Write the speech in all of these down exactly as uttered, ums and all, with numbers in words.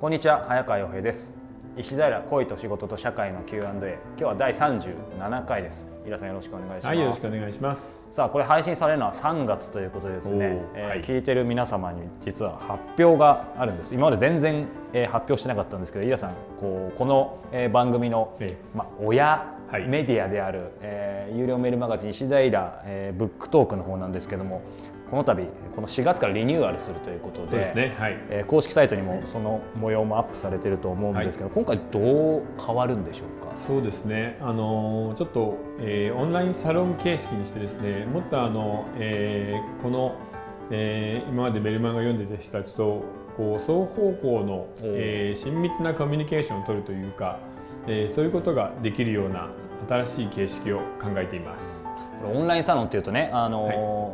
こんにちは、早川洋平です。石平恋と仕事と社会の キューアンドエー、 今日はだいさんじゅうななかいです。井田さんよろしくお願いします。 はい、よろしくお願いします。 さあ、これ配信されるのはさんがつということでですね、えーはい、 聞いてる皆様に実は発表があるんです。今まで全然、えー、発表してなかったんですけど、井田さん、こうこの、えー、番組の、ええまあ、親メディアである、えー、有料メールマガジン石平、えー、ブックトークの方なんですけども、この度このしがつからリニューアルするということで、 そうですね、はい、 えー、公式サイトにもその模様もアップされていると思うんですけど、はい、今回どう変わるんでしょうか。 そうですね、あのちょっと、えー、オンラインサロン形式にしてですね、もっとあの、えー、この、えー、今までメルマガを読んでた人たちとこう双方向の、えー、親密なコミュニケーションを取るというか、えー、そういうことができるような新しい形式を考えています。 オンラインサロンっていうとね、あのーはい、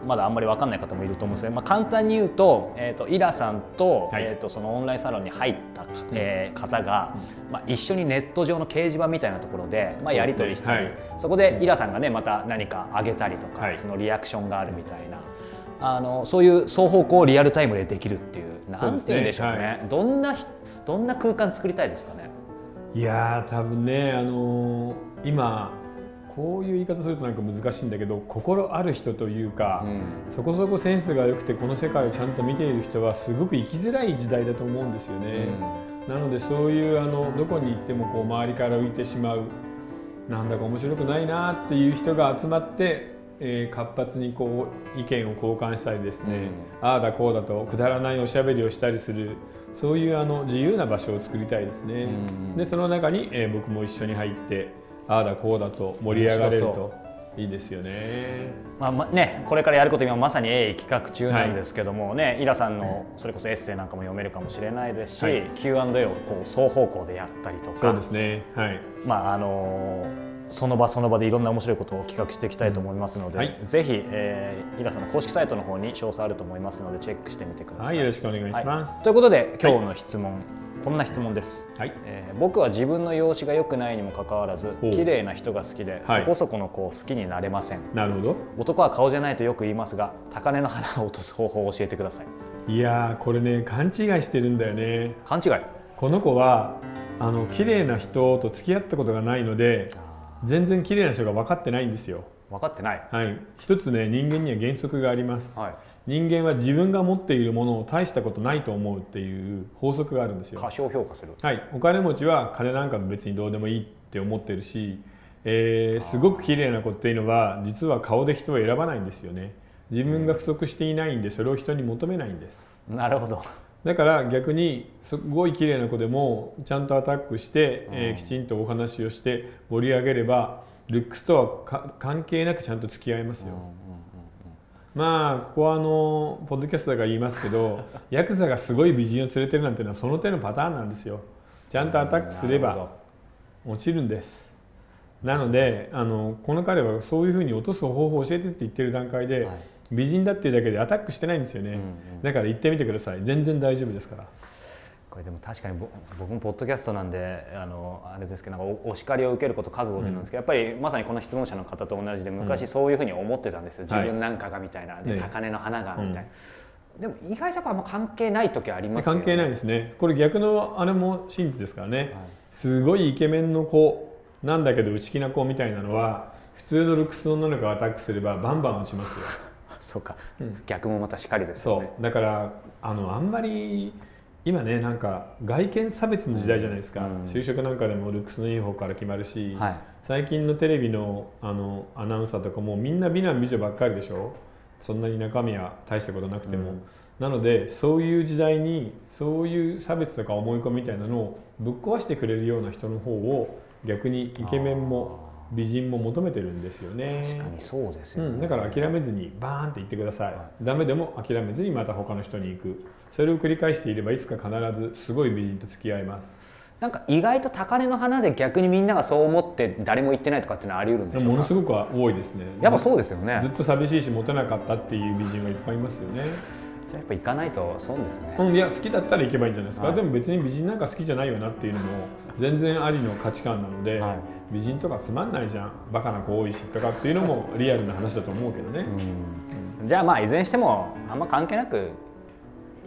まだあんまり分かんない方もいると思うんですけど、まあ、簡単に言うと、えーと、イラさんと、はい、えーとそのオンラインサロンに入った、えー、方が、まあ、一緒にネット上の掲示板みたいなところで、まあ、やり取りしたり、 そ,、ねはい、そこでイラさんがねまた何かあげたりとか、はい、そのリアクションがあるみたいな、あのそういう双方向をリアルタイムでできるっていう、なんて言うんでしょうね、はい、どんなどんな空間作りたいですかね。 いやー、多分ね、あのー、今こういう言い方するとなんか難しいんだけど、心ある人というか、うん、そこそこセンスが良くてこの世界をちゃんと見ている人はすごく生きづらい時代だと思うんですよね、うん、なのでそういうあのどこに行ってもこう周りから浮いてしまう、なんだか面白くないなっていう人が集まって、えー、活発にこう意見を交換したりですね、うん、ああだこうだとくだらないおしゃべりをしたりする、そういうあの自由な場所を作りたいですね、うん、でその中に、えー、僕も一緒に入ってああだこうだと盛り上がれるといいですよね。 まあまね、これからやること今まさに鋭意企画中なんですけどもね、はい、イラさんのそれこそエッセイなんかも読めるかもしれないですし、はい、キューアンドエー をこう双方向でやったりとか、 そうですね、はい、 まああのその場その場でいろんな面白いことを企画していきたいと思いますので、うん、はい、ぜひ、えー、イラさんの公式サイトの方に詳細あると思いますのでチェックしてみてください。 はい、よろしくお願いします、 はい、ということで今日の質問、はい、こんな質問です、はい、えー、僕は自分の容姿が良くないにもかかわらず綺麗な人が好きで、はい、そこそこの子を好きになれません。 なるほど。 男は顔じゃないとよく言いますが、高嶺の花を落とす方法を教えてください。 いやー、これね、勘違いしてるんだよね。 勘違い。 この子はあの綺麗な人と付き合ったことがないので、全然綺麗な人が分かってないんですよ。 分かってない。 はい、一つね、人間には原則があります、はい、人間は自分が持っているものを大したことないと思うっていう法則があるんですよ。 過小評価する。 はい、お金持ちは金なんか別にどうでもいいって思ってるし、えー、すごく綺麗な子っていうのは実は顔で人を選ばないんですよね。自分が不足していないんでそれを人に求めないんです。 なるほど。だから逆にすごい綺麗な子でもちゃんとアタックして、えー、きちんとお話をして盛り上げればルックスとは関係なくちゃんと付き合いますよ。まあここはあのポッドキャストだから言いますけどヤクザがすごい美人を連れてるなんていうのはその手のパターンなんですよ。ちゃんとアタックすれば落ちるんです。なのであのこの彼はそういうふうに落とす方法を教えてって言ってる段階で、はい、美人だっていうだけでアタックしてないんですよね、うんうん、だから言ってみてください。全然大丈夫ですから。 これでも確かに僕もポッドキャストなんであのあれですけど、なんかお叱りを受けること覚悟でなんですけど、うん、やっぱりまさにこの質問者の方と同じで昔そういうふうに思ってたんですよ、うん、自分なんかがみたいな、はい、で高嶺の花がみたいな、ね、うん、でも意外とやっぱあんま関係ない時ありますよね。 関係ないですね。これ逆のあれも真実ですからね、はい、すごいイケメンの子なんだけど内気な子みたいなのは普通のルックスの女の子がアタックすればバンバン落ちますよそうか、うん、逆もまたしかりですよね。そうだからあのあんまり今ね、なんか外見差別の時代じゃないですか、うん、就職なんかでもルックスのいい方から決まるし、はい、最近のテレビ の, あのアナウンサーとかもみんな美男美女ばっかりでしょ。そんなに中身は大したことなくても、うん、なのでそういう時代にそういう差別とか思い込みみたいなのをぶっ壊してくれるような人の方を逆にイケメンも美人も求めてるんですよね。 確かにそうですよね、 うん、だから諦めずにバーンって言ってください、はい、ダメでも諦めずにまた他の人に行く。それを繰り返していればいつか必ずすごい美人と付き合います。 なんか意外と高嶺の花で逆にみんながそう思って誰も言ってないとかっていうのはあり得るんでしょうか。 ものすごく多いですね。 やっぱそうですよね。 ずっと寂しいしモテなかったっていう美人はいっぱいいますよね。 じゃあやっぱ行かないと損ですね。 うん、いや好きだったら行けばいいんじゃないですか、はい、でも別に美人なんか好きじゃないよなっていうのも全然ありの価値観なので、はい、美人とかつまんないじゃん、バカな子多いしとかっていうのもリアルな話だと思うけどね。 うん、じゃあまあいずれにしてもあんま関係なく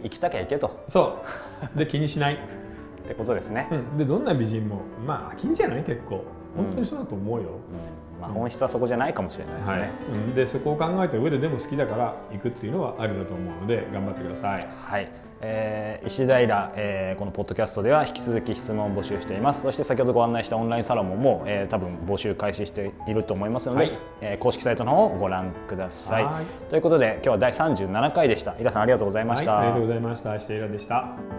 行きたきゃ行けと。 そうで気にしないってことですね、 うん、でどんな美人もまあ飽きんじゃない結構本当にそうだと思うよ、 うんまあ、本質はそこじゃないかもしれないですね、はいうん、でそこを考えた上ででも好きだから行くっていうのはありだと思うので頑張ってください。 はい、えー、石平、えー、このポッドキャストでは引き続き質問を募集しています。そして先ほどご案内したオンラインサロンももう、えー、多分募集開始していると思いますので、はい、えー、公式サイトの方をご覧ください。はい、ということで今日はだいさんじゅうななかいでした。井田さんありがとうございました。 はい、ありがとうございました。石平でした。